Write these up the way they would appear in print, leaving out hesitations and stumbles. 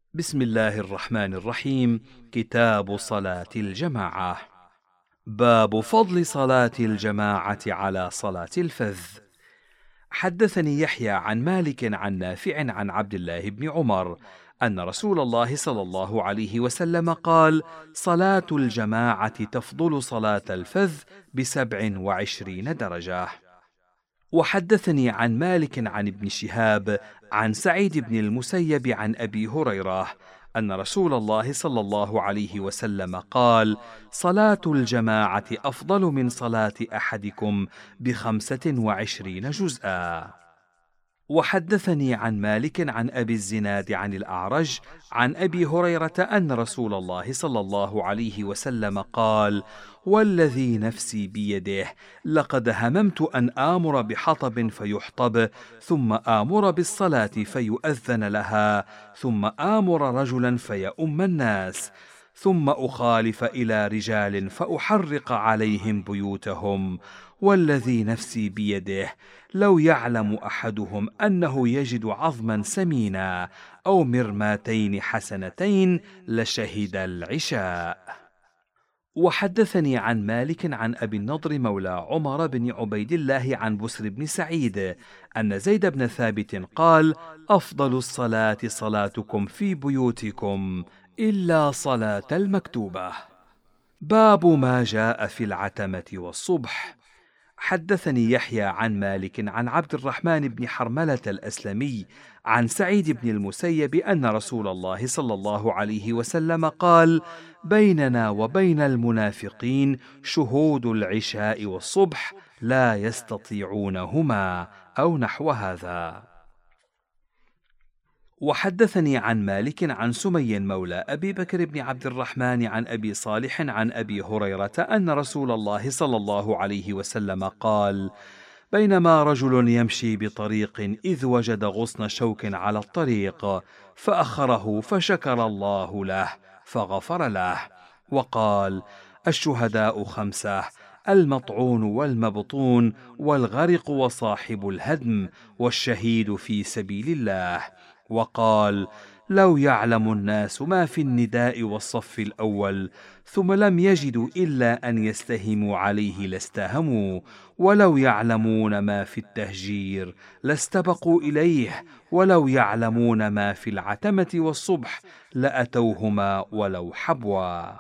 بسم الله الرحمن الرحيم. كتاب صلاة الجماعة. باب فضل صلاة الجماعة على صلاة الفذ. حدثني يحيى عن مالك عن نافع عن عبد الله بن عمر أن رسول الله صلى الله عليه وسلم قال: صلاة الجماعة تفضل صلاة الفذ ب27 درجة. وحدثني عن مالك عن ابن شهاب عن سعيد بن المسيب عن أبي هريرة أن رسول الله صلى الله عليه وسلم قال: صلاة الجماعة أفضل من صلاة أحدكم ب25 جزءا. وحدثني عن مالك عن أبي الزناد عن الأعرج عن أبي هريرة أن رسول الله صلى الله عليه وسلم قال: والذي نفسي بيده لقد هممت أن آمر بحطب فيحطب، ثم آمر بالصلاة فيؤذن لها، ثم آمر رجلا فيؤم الناس، ثم أخالف إلى رجال فأحرق عليهم بيوتهم. والذي نفسي بيده لو يعلم أحدهم أنه يجد عظما سمينا أو مرماتين حسنتين لشهد العشاء. وحدثني عن مالك عن أبي النضر مولى عمر بن عبيد الله عن بسر بن سعيد أن زيد بن ثابت قال: أفضل الصلاة صلاتكم في بيوتكم إلا صلاة المكتوبة. باب ما جاء في العتمة والصبح. حدثني يحيى عن مالك عن عبد الرحمن بن حرملة الأسلمي عن سعيد بن المسيب أن رسول الله صلى الله عليه وسلم قال: بيننا وبين المنافقين شهود العشاء والصبح لا يستطيعونهما، أو نحو هذا. وحدثني عن مالك عن سمي مولى أبي بكر بن عبد الرحمن عن أبي صالح عن أبي هريرة أن رسول الله صلى الله عليه وسلم قال: بينما رجل يمشي بطريق إذ وجد غصن شوك على الطريق فأخره فشكر الله له فغفر له، وقال: الشهداء 5: المطعون والمبطون والغرق وصاحب الهدم والشهيد في سبيل الله. وقال: لو يعلم الناس ما في النداء والصف الأول ثم لم يجدوا إلا أن يستهموا عليه لاستهموا، ولو يعلمون ما في التهجير لاستبقوا إليه، ولو يعلمون ما في العتمة والصبح لأتوهما ولو حبوا.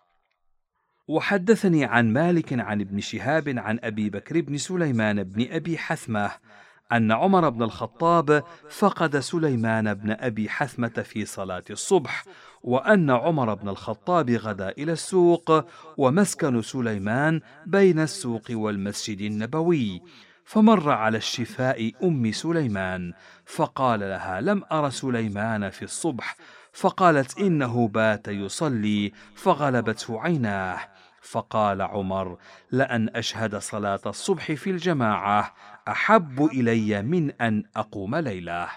وحدثني عن مالك عن ابن شهاب عن أبي بكر بن سليمان بن أبي حثمة أن عمر بن الخطاب فقد سليمان بن أبي حثمة في صلاة الصبح، وأن عمر بن الخطاب غدا إلى السوق، ومسكن سليمان بين السوق والمسجد النبوي، فمر على الشفاء أم سليمان فقال لها: لم أر سليمان في الصبح، فقالت: إنه بات يصلي فغلبته عيناه. فقال عمر: لأن أشهد صلاة الصبح في الجماعة أحب إلي من أن أقوم ليلة.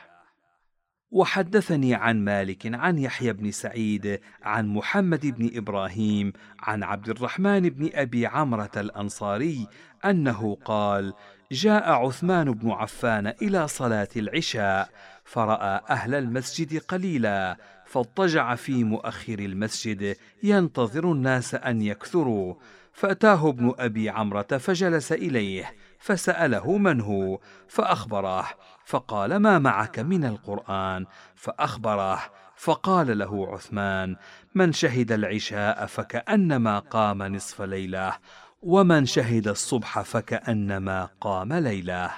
وحدثني عن مالك عن يحيى بن سعيد عن محمد بن إبراهيم عن عبد الرحمن بن أبي عمرة الأنصاري أنه قال: جاء عثمان بن عفان إلى صلاة العشاء فرأى أهل المسجد قليلا، فاضطجع في مؤخر المسجد ينتظر الناس أن يكثروا، فأتاه ابن أبي عمرة فجلس إليه فسأله من هو، فأخبره، فقال: ما معك من القرآن؟ فأخبره، فقال له عثمان: من شهد العشاء فكأنما قام نصف ليلة، ومن شهد الصبح فكأنما قام ليلة.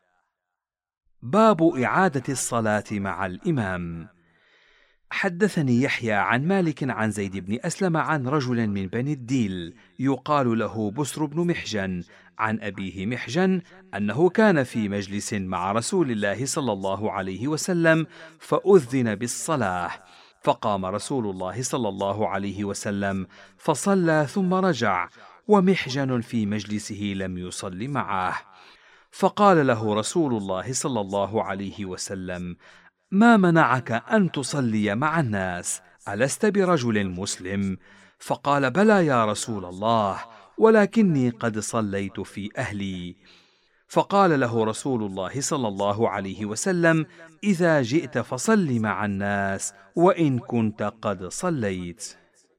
باب إعادة الصلاة مع الإمام. حدثني يحيى عن مالك عن زيد بن أسلم عن رجل من بني الديل يقال له بسر بن محجن عن أبيه محجن أنه كان في مجلس مع رسول الله صلى الله عليه وسلم فأذن بالصلاة، فقام رسول الله صلى الله عليه وسلم فصلى ثم رجع، ومحجن في مجلسه لم يصل معه، فقال له رسول الله صلى الله عليه وسلم: ما منعك أن تصلي مع الناس؟ ألست برجل مسلم؟ فقال: بلى يا رسول الله، ولكني قد صليت في أهلي. فقال له رسول الله صلى الله عليه وسلم: إذا جئت فصل مع الناس وإن كنت قد صليت.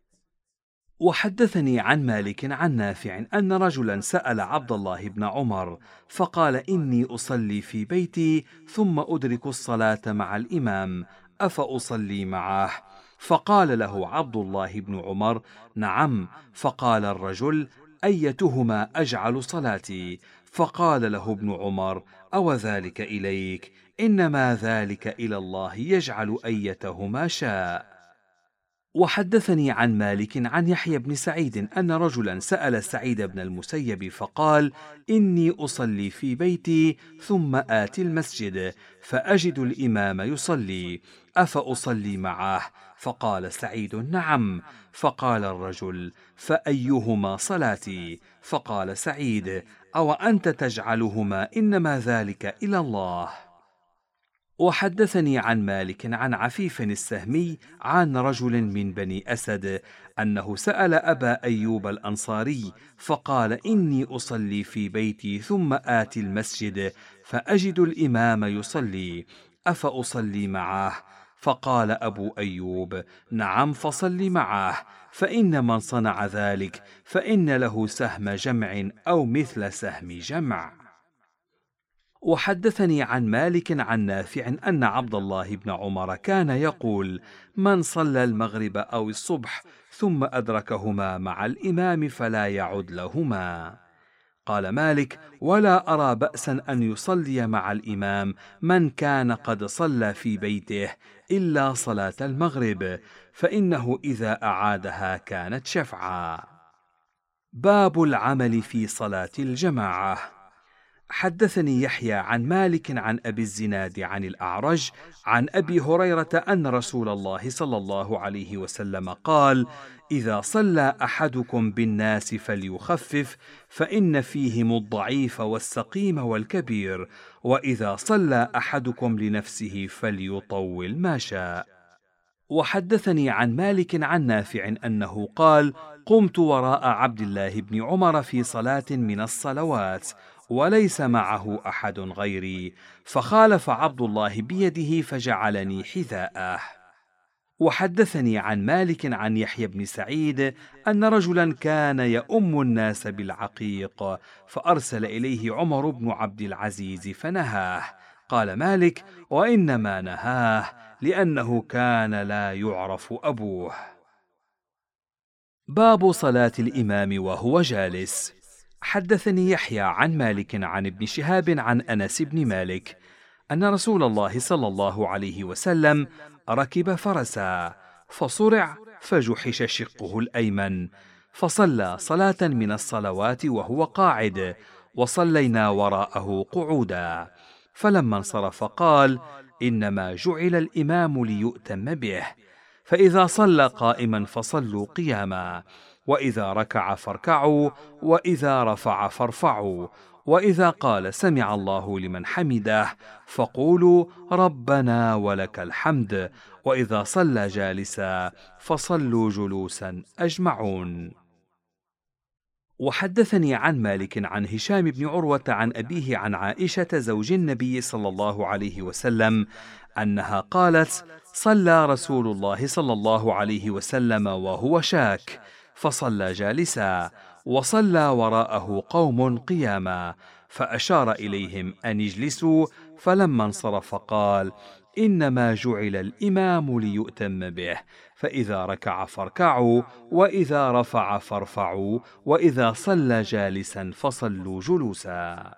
وحدثني عن مالك عن نافع أن رجلا سأل عبد الله بن عمر فقال: إني أصلي في بيتي ثم أدرك الصلاة مع الإمام، أفأصلي معه؟ فقال له عبد الله بن عمر: نعم. فقال الرجل: أيتهما أجعل صلاتي؟ فقال له ابن عمر: أو ذلك إليك؟ إنما ذلك إلى الله يجعل أيتهما شاء. وحدثني عن مالك عن يحيى بن سعيد أن رجلا سأل سعيد بن المسيب فقال: إني أصلي في بيتي ثم آتي المسجد فأجد الإمام يصلي، أفأصلي معه؟ فقال سعيد: نعم. فقال الرجل: فأيهما صلاتي؟ فقال سعيد: أو أنت تجعلهما؟ إنما ذلك إلى الله. وحدثني عن مالك عن عفيف السهمي عن رجل من بني أسد أنه سأل أبا أيوب الأنصاري فقال: إني أصلي في بيتي ثم آتي المسجد فأجد الإمام يصلي، أفأصلي معه؟ فقال أبو أيوب: نعم، فصل معه، فإن من صنع ذلك فإن له سهم جمع أو مثل سهم جمع. وحدثني عن مالك عن نافع أن عبد الله بن عمر كان يقول: من صلى المغرب أو الصبح ثم أدركهما مع الإمام فلا يعد لهما. قال مالك: ولا أرى بأسا أن يصلي مع الإمام من كان قد صلى في بيته إلا صلاة المغرب، فإنه إذا أعادها كانت شفعا. باب العمل في صلاة الجماعة. حدثني يحيى عن مالك عن أبي الزناد عن الأعرج عن أبي هريرة أن رسول الله صلى الله عليه وسلم قال: إذا صلى أحدكم بالناس فليخفف، فإن فيهم الضعيف والسقيم والكبير، وإذا صلى أحدكم لنفسه فليطول ما شاء. وحدثني عن مالك عن نافع أنه قال: قمت وراء عبد الله بن عمر في صلاة من الصلوات وليس معه أحد غيري، فخالف عبد الله بيده فجعلني حذاءه. وحدثني عن مالك عن يحيى بن سعيد أن رجلا كان يؤم الناس بالعقيق فأرسل إليه عمر بن عبد العزيز فنهاه. قال مالك: وإنما نهاه لأنه كان لا يعرف أبوه. باب صلاة الإمام وهو جالس. حدثني يحيى عن مالك عن ابن شهاب عن أنس بن مالك أن رسول الله صلى الله عليه وسلم ركب فرسا فصرع فجحش شقه الأيمن، فصلى صلاة من الصلوات وهو قاعد، وصلينا وراءه قعودا. فلما انصرف قال: إنما جعل الإمام ليؤتم به، فإذا صلى قائما فصلوا قياما، وإذا ركع فاركعوا، وإذا رفع فارفعوا، وإذا قال سمع الله لمن حمده فقولوا ربنا ولك الحمد، وإذا صلى جالسا فصلوا جلوسا أجمعون. وحدثني عن مالك عن هشام بن عروة عن أبيه عن عائشة زوج النبي صلى الله عليه وسلم أنها قالت: صلى رسول الله صلى الله عليه وسلم وهو شاك فصلى جالسا، وصلى وراءه قوم قياما، فأشار إليهم أن يجلسوا، فلما انصرف قال: إنما جعل الإمام ليؤتم به، فإذا ركع فاركعوا، وإذا رفع فارفعوا، وإذا صلى جالسا فصلوا جلوسا.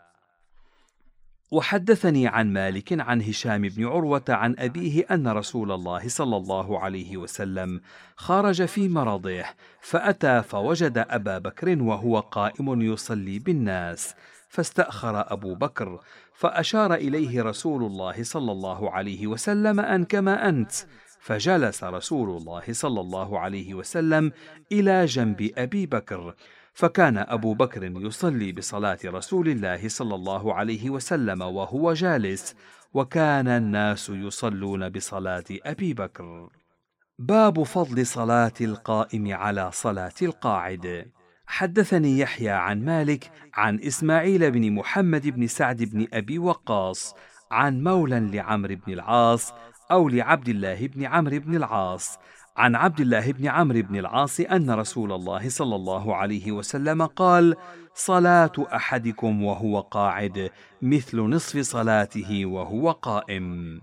وحدثني عن مالك عن هشام بن عروة عن أبيه أن رسول الله صلى الله عليه وسلم خرج في مرضه فأتى فوجد أبا بكر وهو قائم يصلي بالناس، فاستأخر أبو بكر، فأشار إليه رسول الله صلى الله عليه وسلم أن كما أنت، فجلس رسول الله صلى الله عليه وسلم إلى جنب أبي بكر، فكان أبو بكر يصلي بصلاة رسول الله صلى الله عليه وسلم وهو جالس، وكان الناس يصلون بصلاة أبي بكر. باب فضل صلاة القائم على صلاة القاعد. حدثني يحيى عن مالك عن إسماعيل بن محمد بن سعد بن أبي وقاص عن مولى لعمرو بن العاص أو لعبد الله بن عمرو بن العاص عن عبد الله بن عمرو بن العاص أن رسول الله صلى الله عليه وسلم قال: صلاة أحدكم وهو قاعد مثل نصف صلاته وهو قائم.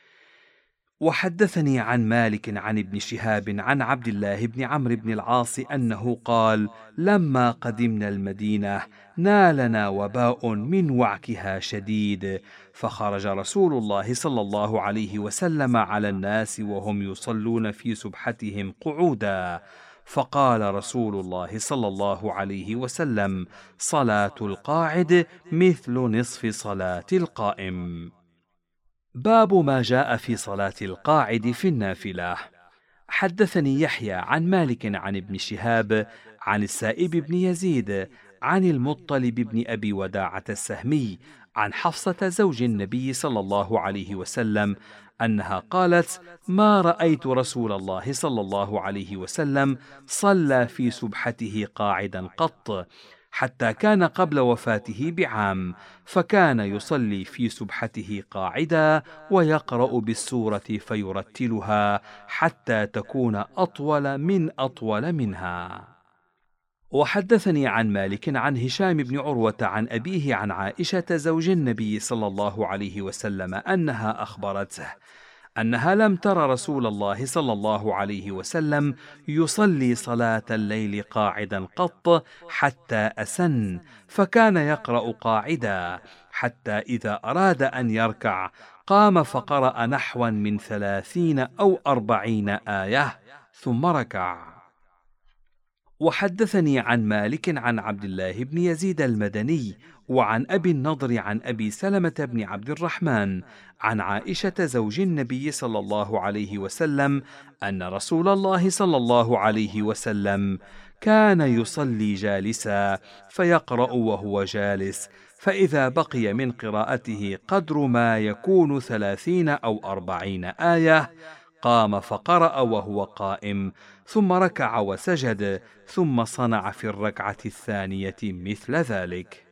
وحدثني عن مالك عن ابن شهاب عن عبد الله بن عمرو بن العاص أنه قال: لما قدمنا المدينة نالنا وباء من وعكها شديد، فخرج رسول الله صلى الله عليه وسلم على الناس وهم يصلون في سبحتهم قعودا، فقال رسول الله صلى الله عليه وسلم: صلاة القاعد مثل نصف صلاة القائم. باب ما جاء في صلاة القاعد في النافلة. حدثني يحيى عن مالك عن ابن شهاب عن السائب بن يزيد عن المطلب بن أبي وداعة السهمي عن حفصة زوج النبي صلى الله عليه وسلم أنها قالت: ما رأيت رسول الله صلى الله عليه وسلم صلى في سبحته قاعدا قط، حتى كان قبل وفاته بعام، فكان يصلي في سبحته قاعدا ويقرأ بالسورة فيرتلها حتى تكون أطول منها. وحدثني عن مالك عن هشام بن عروة عن أبيه عن عائشة زوج النبي صلى الله عليه وسلم أنها أخبرته أنها لم تر رسول الله صلى الله عليه وسلم يصلي صلاة الليل قاعدا قط حتى أسن، فكان يقرأ قاعدا حتى إذا أراد أن يركع قام فقرأ نحوا من 30 أو 40 آية ثم ركع. وحدثني عن مالك عن عبد الله بن يزيد المدني وعن أبي النضر عن أبي سلمة بن عبد الرحمن عن عائشة زوج النبي صلى الله عليه وسلم أن رسول الله صلى الله عليه وسلم كان يصلي جالسا فيقرأ وهو جالس، فإذا بقي من قراءته قدر ما يكون 30 أو 40 آية قام فقرأ وهو قائم، ثم ركع وسجد، ثم صنع في الركعة الثانية مثل ذلك.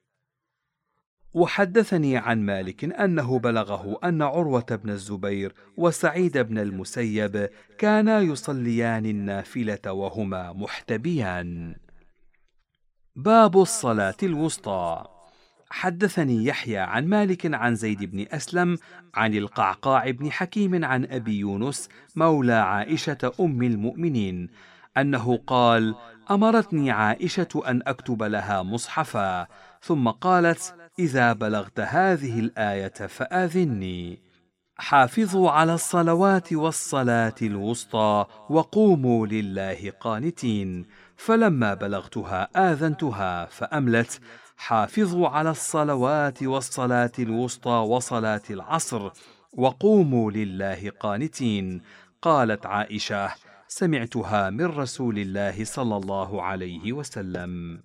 وحدثني عن مالك أنه بلغه أن عروة بن الزبير وسعيد بن المسيب كانا يصليان النافلة وهما محتبيان. باب الصلاة الوسطى. حدثني يحيى عن مالك عن زيد بن أسلم عن القعقاع بن حكيم عن أبي يونس مولى عائشة أم المؤمنين أنه قال: أمرتني عائشة أن أكتب لها مصحفا، ثم قالت: إذا بلغت هذه الآية فآذني: حافظوا على الصلوات والصلاة الوسطى وقوموا لله قانتين. فلما بلغتها آذنتها فأملت: حافظوا على الصلوات والصلاة الوسطى وصلاة العصر وقوموا لله قانتين. قالت عائشة: سمعتها من رسول الله صلى الله عليه وسلم.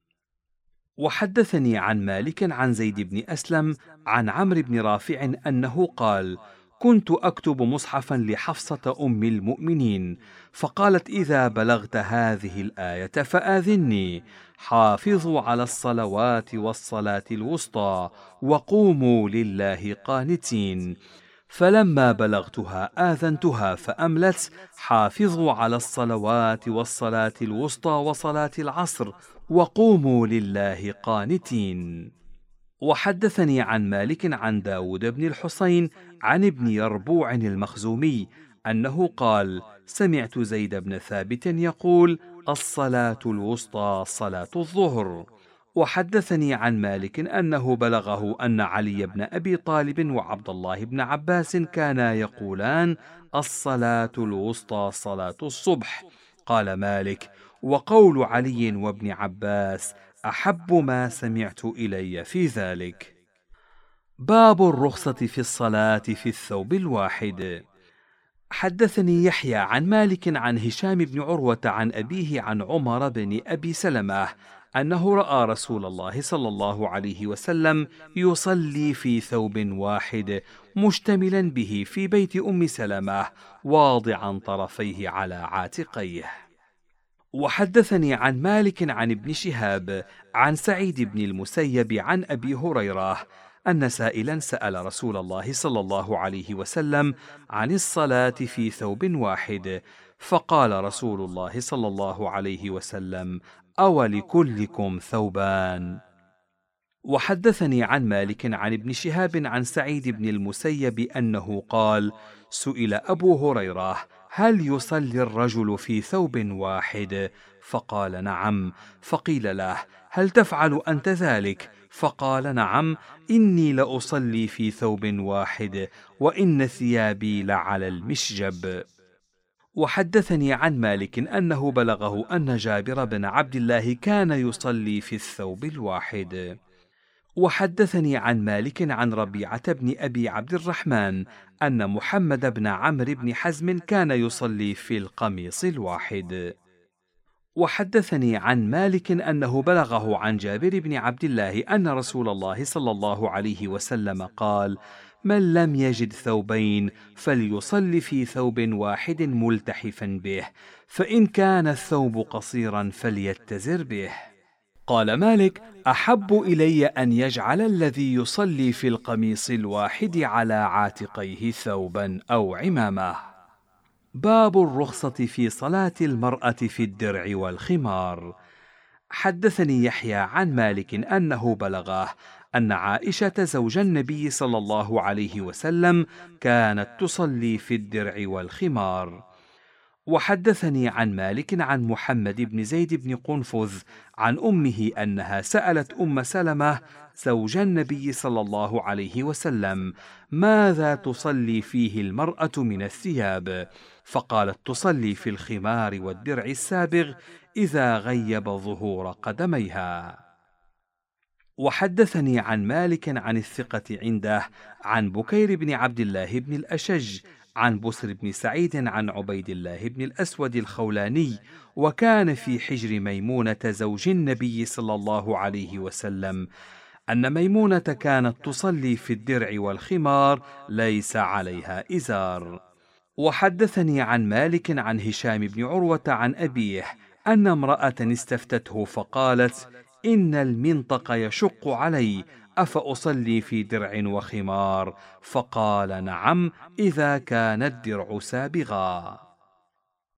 وحدثني عن مالك عن زيد بن أسلم عن عمرو بن رافع أنه قال: كنت أكتب مصحفا لحفصة أم المؤمنين، فقالت: إذا بلغت هذه الآية فآذني: حافظوا على الصلوات والصلاة الوسطى وقوموا لله قانتين. فلما بلغتها آذنتها فأملت: حافظوا على الصلوات والصلاة الوسطى وصلاة العصر وقوموا لله قانتين. وحدثني عن مالك عن داود بن الحسين عن ابن يربوع المخزومي أنه قال: سمعت زيد بن ثابت يقول: الصلاة الوسطى صلاة الظهر. وحدثني عن مالك أنه بلغه أن علي بن أبي طالب وعبد الله بن عباس كانا يقولان: الصلاة الوسطى صلاة الصبح. قال مالك: وقول علي وابن عباس أحب ما سمعت إلي في ذلك. باب الرخصة في الصلاة في الثوب الواحد. حدثني يحيى عن مالك عن هشام بن عروة عن أبيه عن عمر بن أبي سلمة أنه رأى رسول الله صلى الله عليه وسلم يصلي في ثوب واحد مشتملا به في بيت أم سلمة واضعا طرفيه على عاتقيه. وحدثني عن مالك عن ابن شهاب عن سعيد بن المسيب عن أبي هريرة أن سائلا سأل رسول الله صلى الله عليه وسلم عن الصلاة في ثوب واحد، فقال رسول الله صلى الله عليه وسلم: أولكلكم ثوبان؟ وحدثني عن مالك عن ابن شهاب عن سعيد بن المسيب أنه قال: سئل أبو هريرة: هل يصلي الرجل في ثوب واحد؟ فقال: نعم. فقيل له: هل تفعل أنت ذلك؟ فقال: نعم، إني لأصلي في ثوب واحد، وإن ثيابي لعلى المشجب. وحدثني عن مالك أنه بلغه أن جابر بن عبد الله كان يصلي في الثوب الواحد. وحدثني عن مالك عن ربيعة بن أبي عبد الرحمن أن محمد بن عمرو بن حزم كان يصلي في القميص الواحد. وحدثني عن مالك أنه بلغه عن جابر بن عبد الله أن رسول الله صلى الله عليه وسلم قال: من لم يجد ثوبين فليصل في ثوب واحد ملتحفا به، فإن كان الثوب قصيرا فليتزر به. قال مالك: أحب إلي أن يجعل الذي يصلي في القميص الواحد على عاتقيه ثوبا أو عمامة. باب الرخصة في صلاة المرأة في الدرع والخمار. حدثني يحيى عن مالك أنه بلغه أن عائشة زوج النبي صلى الله عليه وسلم كانت تصلي في الدرع والخمار. وحدثني عن مالك عن محمد بن زيد بن قنفذ عن أمه أنها سألت أم سلمة زوج النبي صلى الله عليه وسلم: ماذا تصلي فيه المرأة من الثياب؟ فقالت: تصلي في الخمار والدرع السابغ إذا غيب ظهور قدميها. وحدثني عن مالك عن الثقة عنده عن بكير بن عبد الله بن الأشج عن بسر بن سعيد عن عبيد الله بن الأسود الخولاني، وكان في حجر ميمونة زوج النبي صلى الله عليه وسلم، أن ميمونة كانت تصلي في الدرع والخمار ليس عليها إزار. وحدثني عن مالك عن هشام بن عروة عن أبيه أن امرأة استفتته فقالت: إن المنطق يشق علي، أفأصلي في درع وخمار؟ فقال: نعم، إذا كان الدرع سابغا.